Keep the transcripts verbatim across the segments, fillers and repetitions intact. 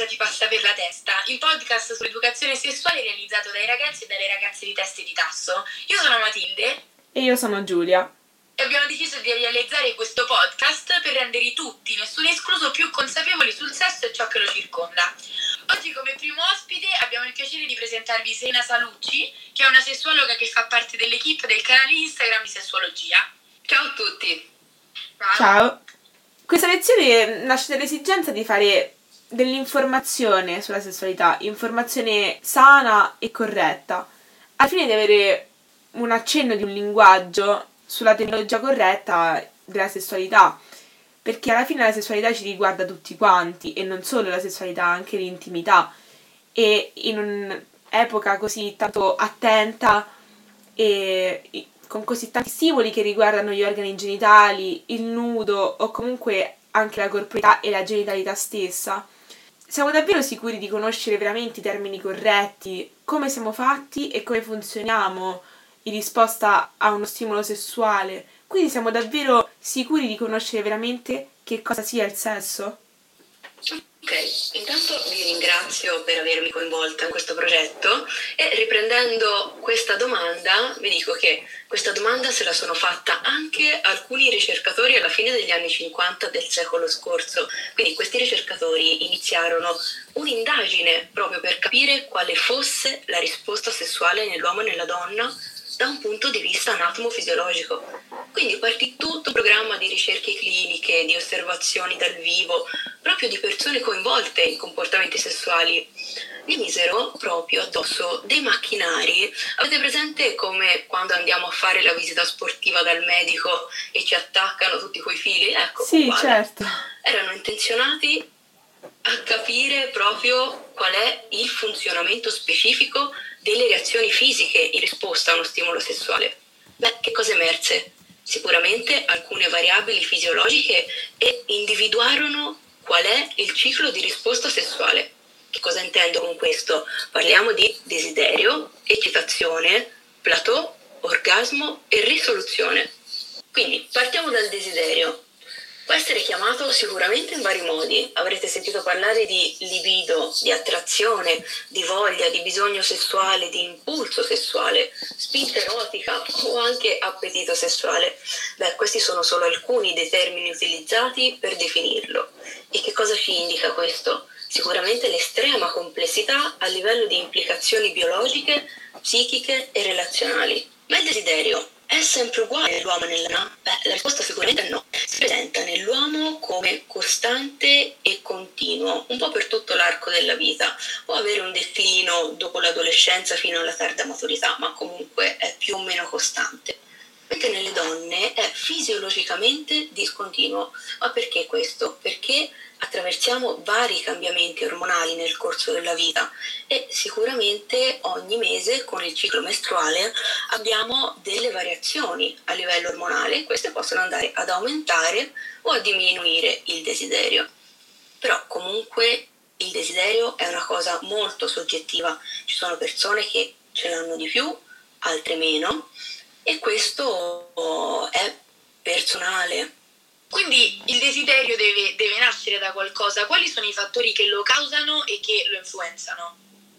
cosa ti passa per la testa, il podcast sull'educazione sessuale realizzato dai ragazzi e dalle ragazze di Teste di Tasso. Io sono Matilde. E io sono Giulia. E abbiamo deciso di realizzare questo podcast per rendere tutti, nessuno escluso, più consapevoli sul sesso e ciò che lo circonda. Oggi come primo ospite abbiamo il piacere di presentarvi Serena Salucci, che è una sessuologa che fa parte dell'equipe del canale Instagram di Sessuologia. Ciao a tutti! Ciao! Ciao. Questa lezione nasce dall'esigenza di fare dell'informazione sulla sessualità, informazione sana e corretta, al fine di avere un accenno di un linguaggio sulla terminologia corretta della sessualità, perché alla fine la sessualità ci riguarda tutti quanti, e non solo la sessualità, anche l'intimità. E in un'epoca così tanto attenta e con così tanti stimoli che riguardano gli organi genitali, il nudo o comunque anche la corporalità e la genitalità stessa, siamo davvero sicuri di conoscere veramente i termini corretti, come siamo fatti e come funzioniamo in risposta a uno stimolo sessuale? Quindi siamo davvero sicuri di conoscere veramente che cosa sia il sesso? Ok, intanto vi ringrazio per avermi coinvolta in questo progetto e riprendendo questa domanda vi dico che questa domanda se la sono fatta anche alcuni ricercatori alla fine degli anni cinquanta del secolo scorso. Quindi questi ricercatori iniziarono un'indagine proprio per capire quale fosse la risposta sessuale nell'uomo e nella donna da un punto di vista anatomofisiologico. Quindi partì tutto un programma di ricerche cliniche, di osservazioni dal vivo, proprio di persone coinvolte in comportamenti sessuali. Gli misero proprio addosso dei macchinari. Avete presente come quando andiamo a fare la visita sportiva dal medico e ci attaccano tutti quei fili? Ecco, sì, uguale. Certo. Erano intenzionati a capire proprio qual è il funzionamento specifico delle reazioni fisiche in risposta a uno stimolo sessuale. Beh, che cosa emerse? Sicuramente alcune variabili fisiologiche e individuarono qual è il ciclo di risposta sessuale. Che cosa intendo con questo? Parliamo di desiderio, eccitazione, plateau, orgasmo e risoluzione. Quindi partiamo dal desiderio. Può essere chiamato sicuramente in vari modi. Avrete sentito parlare di libido, di attrazione, di voglia, di bisogno sessuale, di impulso sessuale, spinta erotica o anche appetito sessuale. Beh, questi sono solo alcuni dei termini utilizzati per definirlo. E che cosa ci indica questo? Sicuramente l'estrema complessità a livello di implicazioni biologiche, psichiche e relazionali. Ma il desiderio è sempre uguale nell'uomo e nella donna? Beh, la risposta sicuramente è no. Si presenta nell'uomo come costante e continuo, un po' per tutto l'arco della vita. Può avere un declino dopo l'adolescenza fino alla tarda maturità, ma comunque è più o meno costante. Mentre nelle donne è fisiologicamente discontinuo. Ma perché questo? Perché attraversiamo vari cambiamenti ormonali nel corso della vita e sicuramente ogni mese con il ciclo mestruale abbiamo delle variazioni a livello ormonale. Queste possono andare ad aumentare o a diminuire il desiderio. Però comunque il desiderio è una cosa molto soggettiva. Ci sono persone che ce l'hanno di più, altre meno, e questo è personale. Quindi il desiderio deve, deve nascere da qualcosa. Quali sono i fattori che lo causano e che lo influenzano?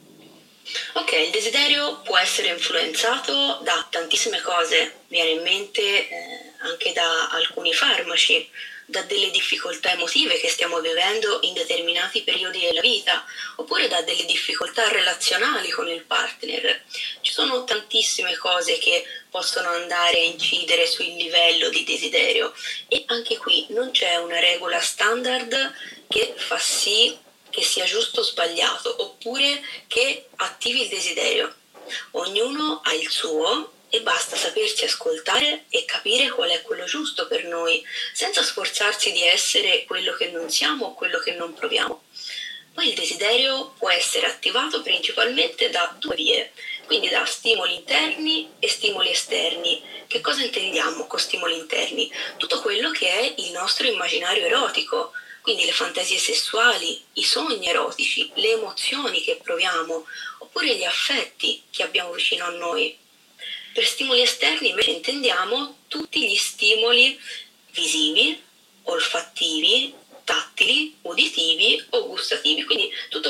Ok, il desiderio può essere influenzato da tantissime cose. Viene in mente eh, anche da alcuni farmaci, da delle difficoltà emotive che stiamo vivendo in determinati periodi della vita, oppure da delle difficoltà relazionali con il partner. Ci sono tantissime cose che possono andare a incidere sul livello di desiderio e anche qui non c'è una regola standard che fa sì che sia giusto o sbagliato, oppure che attivi il desiderio. Ognuno ha il suo e basta saperci ascoltare e capire qual è quello giusto per noi, senza sforzarsi di essere quello che non siamo o quello che non proviamo. Poi il desiderio può essere attivato principalmente da due vie, quindi da stimoli interni e stimoli esterni. Che cosa intendiamo con stimoli interni? Tutto quello che è il nostro immaginario erotico, quindi le fantasie sessuali, i sogni erotici, le emozioni che proviamo, oppure gli affetti che abbiamo vicino a noi. Per stimoli esterni invece intendiamo tutti gli stimoli visivi, olfattivi, tattili, uditivi o gustativi, quindi tutti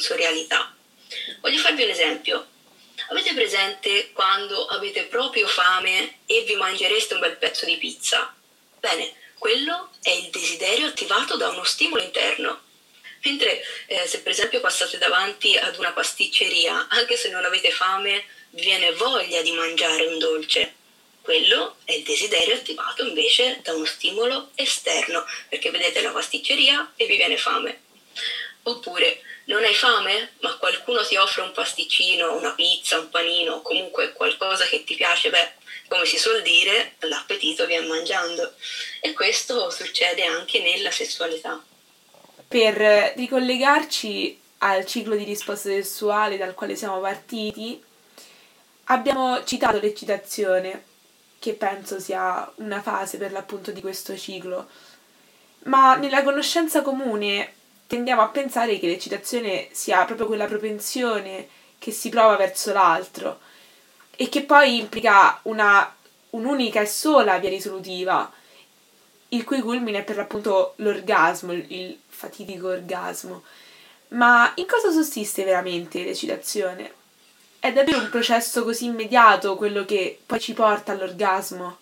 sensorialità. Voglio farvi un esempio. Avete presente quando avete proprio fame e vi mangereste un bel pezzo di pizza? Bene, quello è il desiderio attivato da uno stimolo interno. Mentre eh, se per esempio passate davanti ad una pasticceria, anche se non avete fame, vi viene voglia di mangiare un dolce. Quello è il desiderio attivato invece da uno stimolo esterno, perché vedete la pasticceria e vi viene fame. Oppure non hai fame, ma qualcuno ti offre un pasticcino, una pizza, un panino, comunque qualcosa che ti piace, beh, come si suol dire, l'appetito viene mangiando. E questo succede anche nella sessualità. Per ricollegarci al ciclo di risposta sessuale dal quale siamo partiti, abbiamo citato l'eccitazione, che penso sia una fase per l'appunto di questo ciclo, ma nella conoscenza comune tendiamo a pensare che l'eccitazione sia proprio quella propensione che si prova verso l'altro e che poi implica una, un'unica e sola via risolutiva, il cui culmine è per l'appunto l'orgasmo, il, il fatidico orgasmo. Ma in cosa sussiste veramente l'eccitazione? È davvero un processo così immediato quello che poi ci porta all'orgasmo?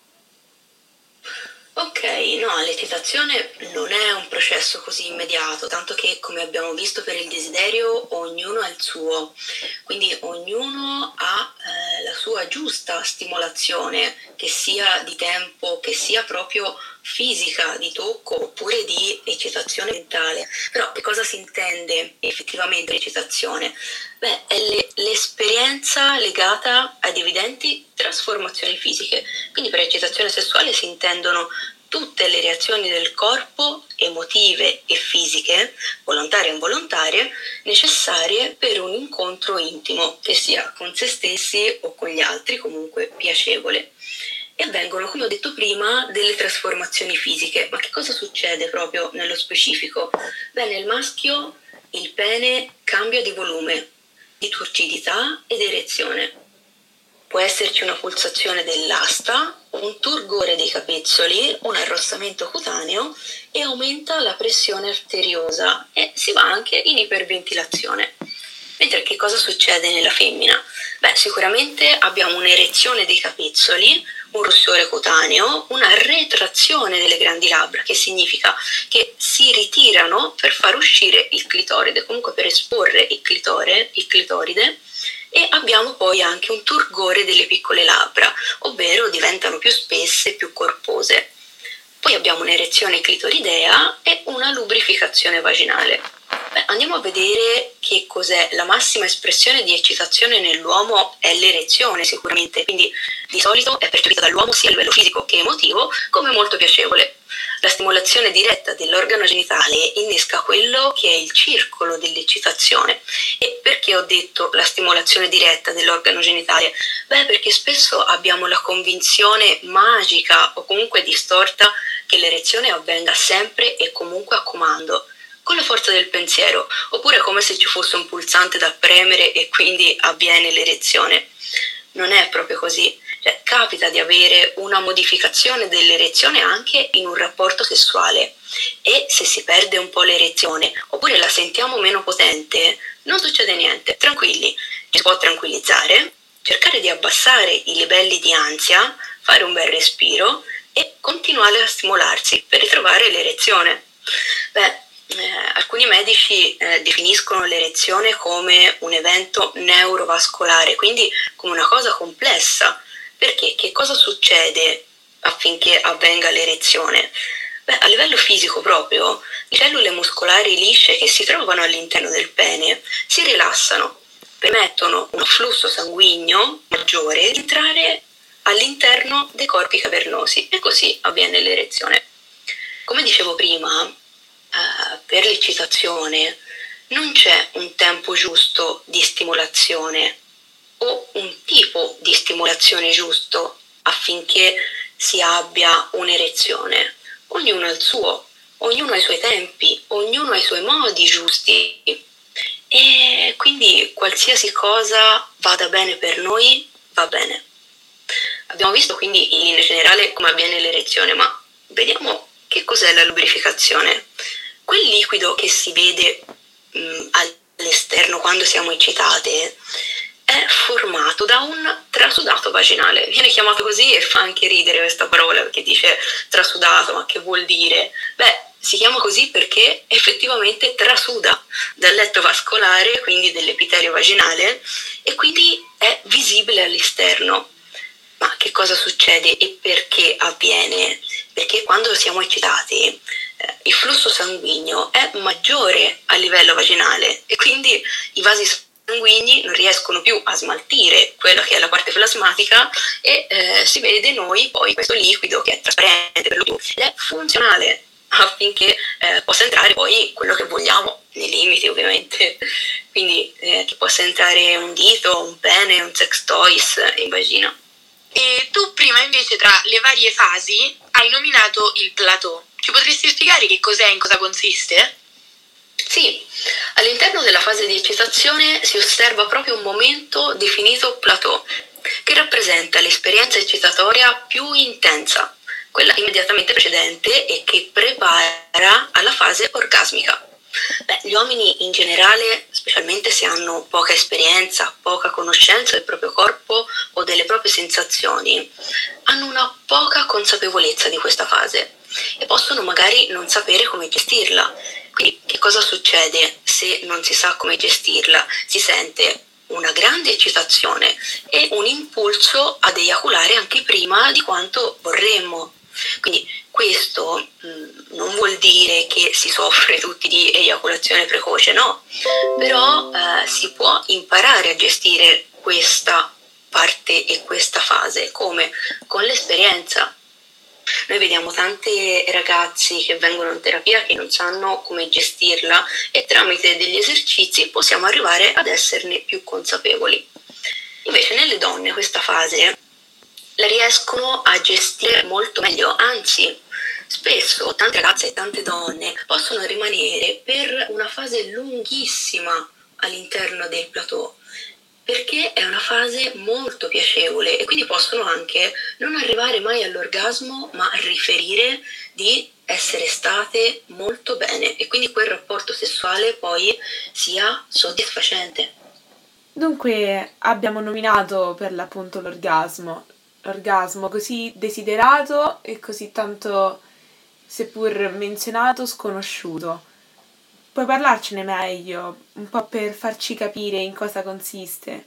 Ok, no, l'eccitazione non è un processo così immediato, tanto che, come abbiamo visto per il desiderio, ognuno ha il suo, quindi ognuno ha eh, la sua giusta stimolazione, che sia di tempo, che sia proprio fisica, di tocco, oppure di eccitazione mentale. Però che cosa si intende effettivamente l'eccitazione? Beh, è le, l'esperienza legata ad evidenti trasformazioni fisiche. Quindi per eccitazione sessuale si intendono tutte le reazioni del corpo, emotive e fisiche, volontarie e involontarie, necessarie per un incontro intimo, che sia con se stessi o con gli altri, comunque piacevole. E avvengono, come ho detto prima, delle trasformazioni fisiche. Ma che cosa succede proprio nello specifico? Beh, nel maschio il pene cambia di volume, di turgidità ed erezione. Può esserci una pulsazione dell'asta, un turgore dei capezzoli, un arrossamento cutaneo e aumenta la pressione arteriosa e si va anche in iperventilazione. Mentre che cosa succede nella femmina? Beh, sicuramente abbiamo un'erezione dei capezzoli, un rossore cutaneo, una retrazione delle grandi labbra, che significa che si ritirano per far uscire il clitoride, comunque per esporre il clitore, il clitoride, e abbiamo poi anche un turgore delle piccole labbra, ovvero diventano più spesse e più corpose. Poi abbiamo un'erezione clitoridea e una lubrificazione vaginale. Beh, andiamo a vedere che cos'è. La massima espressione di eccitazione nell'uomo è l'erezione, sicuramente, quindi di solito è percepita dall'uomo sia a livello fisico che emotivo come molto piacevole. La stimolazione diretta dell'organo genitale innesca quello che è il circolo dell'eccitazione. E perché ho detto la stimolazione diretta dell'organo genitale? Beh, perché spesso abbiamo la convinzione magica o comunque distorta che l'erezione avvenga sempre e comunque a comando, con la forza del pensiero, oppure come se ci fosse un pulsante da premere e quindi avviene l'erezione. Non è proprio così. Cioè, capita di avere una modificazione dell'erezione anche in un rapporto sessuale, e se si perde un po' l'erezione oppure la sentiamo meno potente, non succede niente, tranquilli, ci si può tranquillizzare, cercare di abbassare i livelli di ansia, fare un bel respiro e continuare a stimolarsi per ritrovare l'erezione. Beh, Eh, alcuni medici eh, definiscono l'erezione come un evento neurovascolare, quindi come una cosa complessa. Perché? Che cosa succede affinché avvenga l'erezione? Beh, a livello fisico proprio, le cellule muscolari lisce che si trovano all'interno del pene si rilassano, permettono un flusso sanguigno maggiore di entrare all'interno dei corpi cavernosi e così avviene l'erezione. Come dicevo prima, Uh, per l'eccitazione non c'è un tempo giusto di stimolazione o un tipo di stimolazione giusto affinché si abbia un'erezione. Ognuno ha il suo, ognuno ha i suoi tempi, ognuno ha i suoi modi giusti, e quindi qualsiasi cosa vada bene per noi va bene. Abbiamo visto quindi in linea generale come avviene l'erezione, ma vediamo che cos'è la lubrificazione. Quel liquido che si vede mh, all'esterno quando siamo eccitate è formato da un trasudato vaginale. Viene chiamato così e fa anche ridere questa parola, perché dice trasudato, ma che vuol dire? Beh, si chiama così perché effettivamente trasuda dal letto vascolare, quindi dell'epitelio vaginale, e quindi è visibile all'esterno. Ma che cosa succede e perché avviene? Perché quando siamo eccitati eh, il flusso sanguigno è maggiore a livello vaginale e quindi i vasi sanguigni non riescono più a smaltire quella che è la parte plasmatica e eh, si vede noi poi questo liquido che è trasparente per lo più ed è funzionale affinché eh, possa entrare poi quello che vogliamo, nei limiti ovviamente, quindi eh, che possa entrare un dito, un pene, un sex toys in vagina. E tu prima invece tra le varie fasi hai nominato il plateau. Ci potresti spiegare che cos'è e in cosa consiste? Sì, all'interno della fase di eccitazione si osserva proprio un momento definito plateau, che rappresenta l'esperienza eccitatoria più intensa, quella immediatamente precedente e che prepara alla fase orgasmica. Beh, gli uomini in generale, specialmente se hanno poca esperienza, poca conoscenza del proprio corpo o delle proprie sensazioni, hanno una poca consapevolezza di questa fase e possono magari non sapere come gestirla. Quindi che cosa succede se non si sa come gestirla? Si sente una grande eccitazione e un impulso ad eiaculare anche prima di quanto vorremmo. Quindi questo mh, non vuol dire che si soffre tutti di eiaculazione precoce, no, però eh, si può imparare a gestire questa parte e questa fase, come? Con l'esperienza. Noi vediamo tanti ragazzi che vengono in terapia che non sanno come gestirla e tramite degli esercizi possiamo arrivare ad esserne più consapevoli. Invece nelle donne questa fase la riescono a gestire molto meglio, anzi spesso tante ragazze e tante donne possono rimanere per una fase lunghissima all'interno del plateau perché è una fase molto piacevole e quindi possono anche non arrivare mai all'orgasmo ma riferire di essere state molto bene e quindi quel rapporto sessuale poi sia soddisfacente. Dunque abbiamo nominato per l'appunto l'orgasmo, l'orgasmo così desiderato e così tanto, seppur menzionato, sconosciuto. Puoi parlarcene meglio, un po' per farci capire in cosa consiste?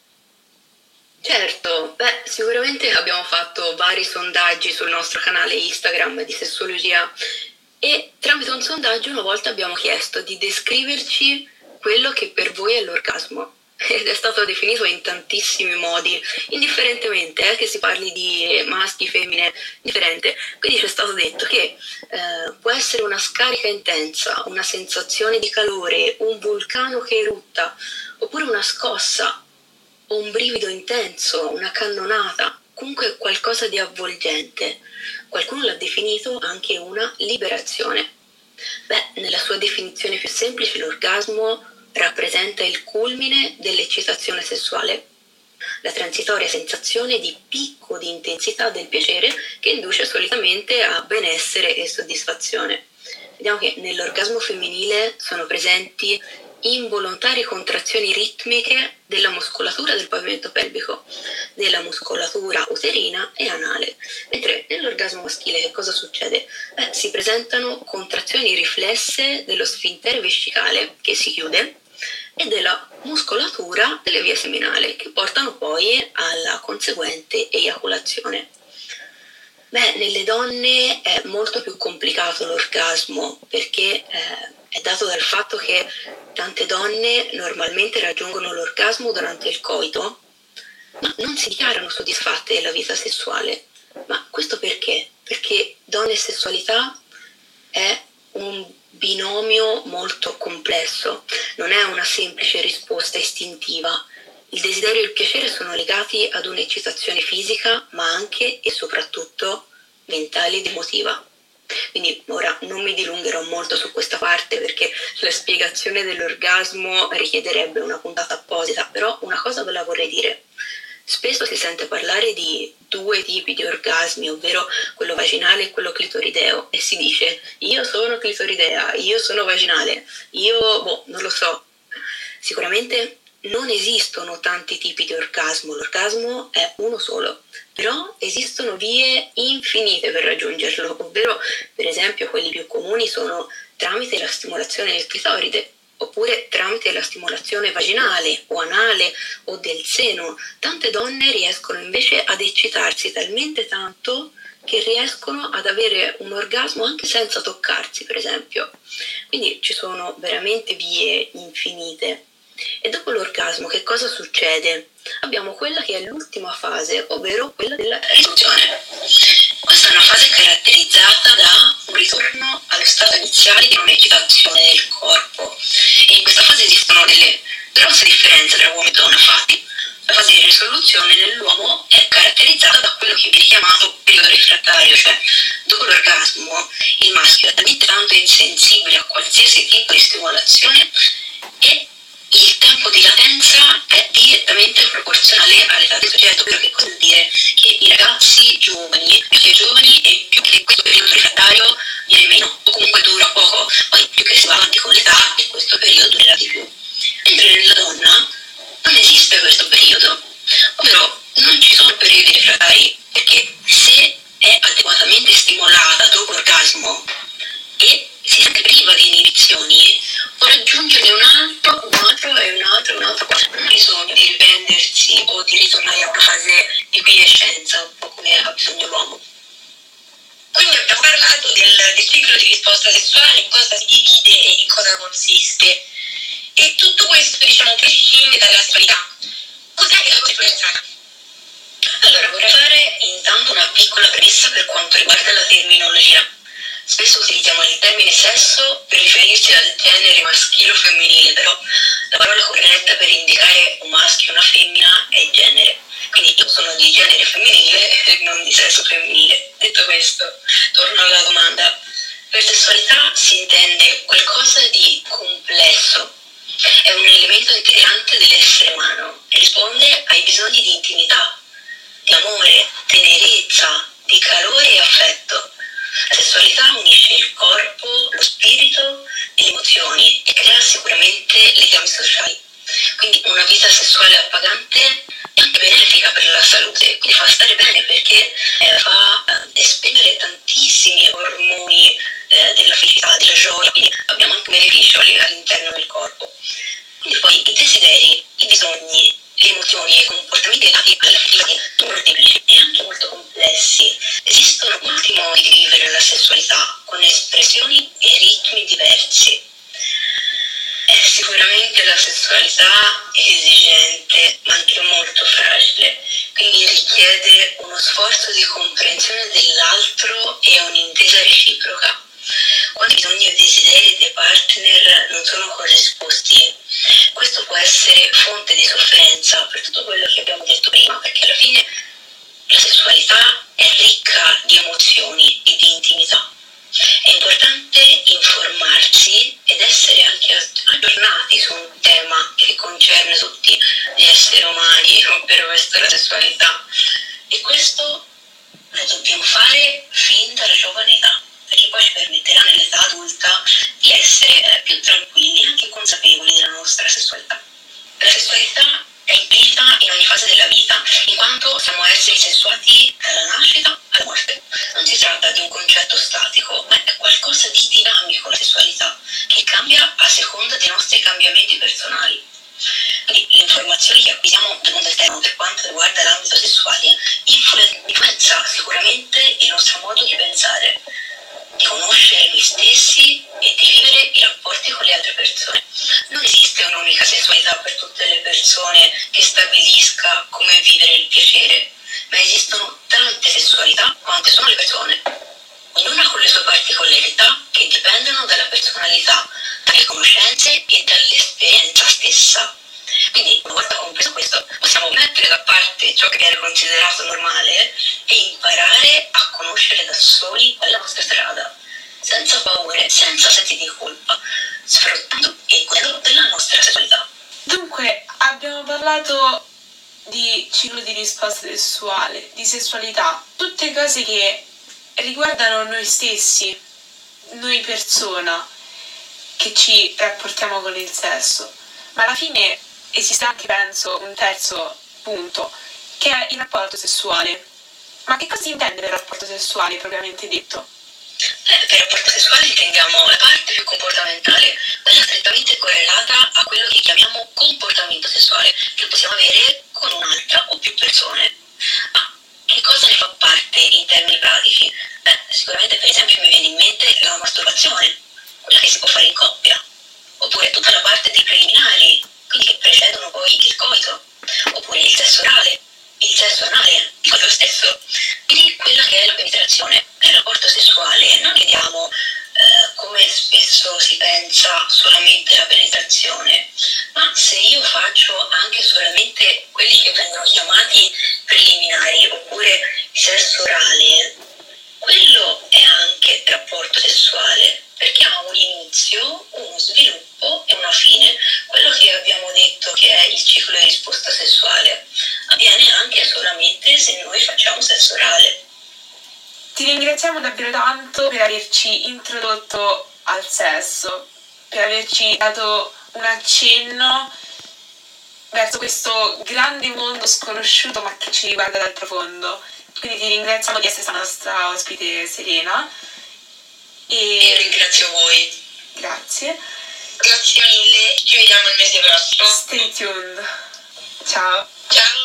Certo, beh, sicuramente abbiamo fatto vari sondaggi sul nostro canale Instagram di sessologia e tramite un sondaggio una volta abbiamo chiesto di descriverci quello che per voi è l'orgasmo. Ed è stato definito in tantissimi modi, indifferentemente eh, che si parli di maschi, femmine, differente. Quindi ci è stato detto che eh, può essere una scarica intensa, una sensazione di calore, un vulcano che erutta, oppure una scossa, o un brivido intenso, una cannonata, comunque qualcosa di avvolgente. Qualcuno l'ha definito anche una liberazione. Beh, nella sua definizione più semplice l'orgasmo rappresenta il culmine dell'eccitazione sessuale, la transitoria sensazione di picco di intensità del piacere che induce solitamente a benessere e soddisfazione. Vediamo che nell'orgasmo femminile sono presenti involontarie contrazioni ritmiche della muscolatura del pavimento pelvico, della muscolatura uterina e anale, mentre nell'orgasmo maschile che cosa succede? Beh, si presentano contrazioni riflesse dello sfintere vescicale che si chiude e della muscolatura delle vie seminali che portano poi alla conseguente eiaculazione. Beh, nelle donne è molto più complicato l'orgasmo perché eh, è dato dal fatto che tante donne normalmente raggiungono l'orgasmo durante il coito, ma non si dichiarano soddisfatte della vita sessuale. Ma questo perché? Perché donna e sessualità è un binomio molto complesso, non è una semplice risposta istintiva. Il desiderio e il piacere sono legati ad un'eccitazione fisica, ma anche e soprattutto mentale ed emotiva. Quindi ora non mi dilungherò molto su questa parte perché la spiegazione dell'orgasmo richiederebbe una puntata apposita, però una cosa ve la vorrei dire. Spesso si sente parlare di due tipi di orgasmi, ovvero quello vaginale e quello clitorideo, e si dice io sono clitoridea, io sono vaginale, io, boh, non lo so. Sicuramente non esistono tanti tipi di orgasmo, l'orgasmo è uno solo, però esistono vie infinite per raggiungerlo, ovvero per esempio quelli più comuni sono tramite la stimolazione del clitoride, oppure tramite la stimolazione vaginale o anale o del seno. Tante donne riescono invece ad eccitarsi talmente tanto che riescono ad avere un orgasmo anche senza toccarsi, per esempio. Quindi ci sono veramente vie infinite. E dopo l'orgasmo che cosa succede? Abbiamo quella che è l'ultima fase, ovvero quella della risoluzione. Questa è una fase caratterizzata da un ritorno allo stato iniziale di un'eccitazione del corpo. E in questa fase esistono delle grosse differenze tra uomo e donna. Infatti, la fase di risoluzione nell'uomo è caratterizzata da quello che viene chiamato periodo refrattario, cioè dopo l'orgasmo il maschio è talmente tanto insensibile a qualsiasi tipo di stimolazione e il tempo di latenza è direttamente proporzionale all'età del soggetto, ovvero che cosa vuol dire? Che i ragazzi giovani, più che giovani e più che questo periodo refrattario viene meno, o comunque dura poco, poi più che si va avanti con l'età e questo periodo durerà di più. Mentre nella donna non esiste questo periodo, ovvero non ci sono periodi refrattari, perché se è adeguatamente stimolata dopo l'orgasmo e si sente priva di inibizioni, può raggiungerne un altro, un altro e un altro, un altro, non ha bisogno di riprendersi o di ritornare a una fase di quiescenza, un po' come ha bisogno l'uomo. Quindi abbiamo parlato del, del ciclo di risposta sessuale, in cosa si divide e in cosa consiste. E tutto questo, diciamo, prescinde dalla sessualità. Cos'è che la sessualità? Allora, vorrei fare intanto una piccola premessa per quanto riguarda la terminologia. Spesso utilizziamo il termine sesso per riferirsi al genere maschile o femminile, però la parola corretta per indicare un maschio e una femmina è genere. Quindi io sono di genere femminile e non di sesso femminile. Detto questo, torno alla domanda. Per sessualità si intende qualcosa di complesso. È un elemento integrante dell'essere umano e risponde ai bisogni di intimità, di amore, tenerezza, di calore e affetto. La sessualità unisce il corpo, lo spirito e le emozioni e crea sicuramente legami sociali. Quindi una vita sessuale appagante è anche benefica per la salute, quindi fa stare bene perché eh, fa eh, esprimere tantissimi ormoni eh, della felicità, della gioia, quindi abbiamo anche beneficio all'interno del corpo. Quindi poi i desideri, i bisogni, le emozioni e i comportamenti legati alla felicità sono molteplici e anche molto complessi. Esistono molti modi di vivere la sessualità con espressioni e ritmi diversi. È sicuramente la sessualità è esigente ma anche molto fragile, quindi richiede uno sforzo di comprensione dell'altro e un'intesa reciproca. Quando i bisogni e desideri dei partner non sono corrisposti, questo può essere fonte di sofferenza per tutto quello che abbiamo detto prima, perché alla fine la sessualità è ricca di emozioni e di intimità. È importante informarsi ed essere anche aggiornati su un tema che concerne tutti gli esseri umani, ovvero questa la sessualità. E questo lo dobbiamo fare fin dalla giovane età, perché poi ci permetterà nell'età adulta di essere più tranquilli e anche consapevoli della nostra sessualità. La sessualità è implicita in ogni fase della vita, in quanto siamo esseri sessuati dalla nascita alla morte. Non si tratta di un concetto statico, ma è qualcosa di dinamico la sessualità, che cambia a seconda dei nostri cambiamenti personali. Quindi le informazioni che acquisiamo durante il tempo per quanto riguarda l'ambito sessuale influenza sicuramente il nostro modo di pensare, di conoscere noi stessi e di vivere i rapporti con le altre persone. Non esiste un'unica sessualità per tutte le persone che stabilisca come vivere il piacere, ma esistono tante sessualità quante sono le persone, ognuna con le sue particolarità che dipendono dalla personalità, dalle conoscenze e dall'esperienza stessa. Quindi, una volta compreso questo, possiamo mettere da parte ciò che viene considerato normale e imparare a conoscere da soli la nostra strada, senza paure, senza sensi di colpa, sfruttando e godendo della nostra sessualità. Dunque, abbiamo parlato di ciclo di risposta sessuale, di sessualità, tutte cose che riguardano noi stessi, noi persona, che ci rapportiamo con il sesso. ma alla fine esiste anche, penso, un terzo punto, che è il rapporto sessuale. Ma che cosa si intende per rapporto sessuale propriamente detto? Eh, per rapporto sessuale intendiamo la parte più comportamentale, quella strettamente correlata a quello che chiamiamo comportamento sessuale, che possiamo avere con un'altra o più persone. Ma che cosa ne fa parte in termini pratici? Beh, sicuramente per esempio mi viene in mente la masturbazione, quella che si può fare in coppia, oppure tutta la parte dei preliminari, quindi che precedono poi il coito, oppure il sesso orale, il sesso anale, dico lo stesso. Quindi quella che è la penetrazione. Nel rapporto sessuale non chiediamo eh, come spesso si pensa solamente la penetrazione, ma se io faccio anche solamente quelli che vengono chiamati preliminari oppure il sesso orale, quello è anche rapporto sessuale, perché ha un inizio, uno sviluppo e una fine. Quello che abbiamo detto che è il ciclo di risposta sessuale avviene anche solamente se noi facciamo sesso orale. Ti ringraziamo davvero tanto per averci introdotto al sesso, per averci dato un accenno verso questo grande mondo sconosciuto ma che ci riguarda dal profondo. Quindi ti ringraziamo di essere stata nostra ospite Serena. E Io ringrazio voi. grazie. Grazie mille, ci vediamo il mese prossimo. Stay tuned. Ciao. Ciao.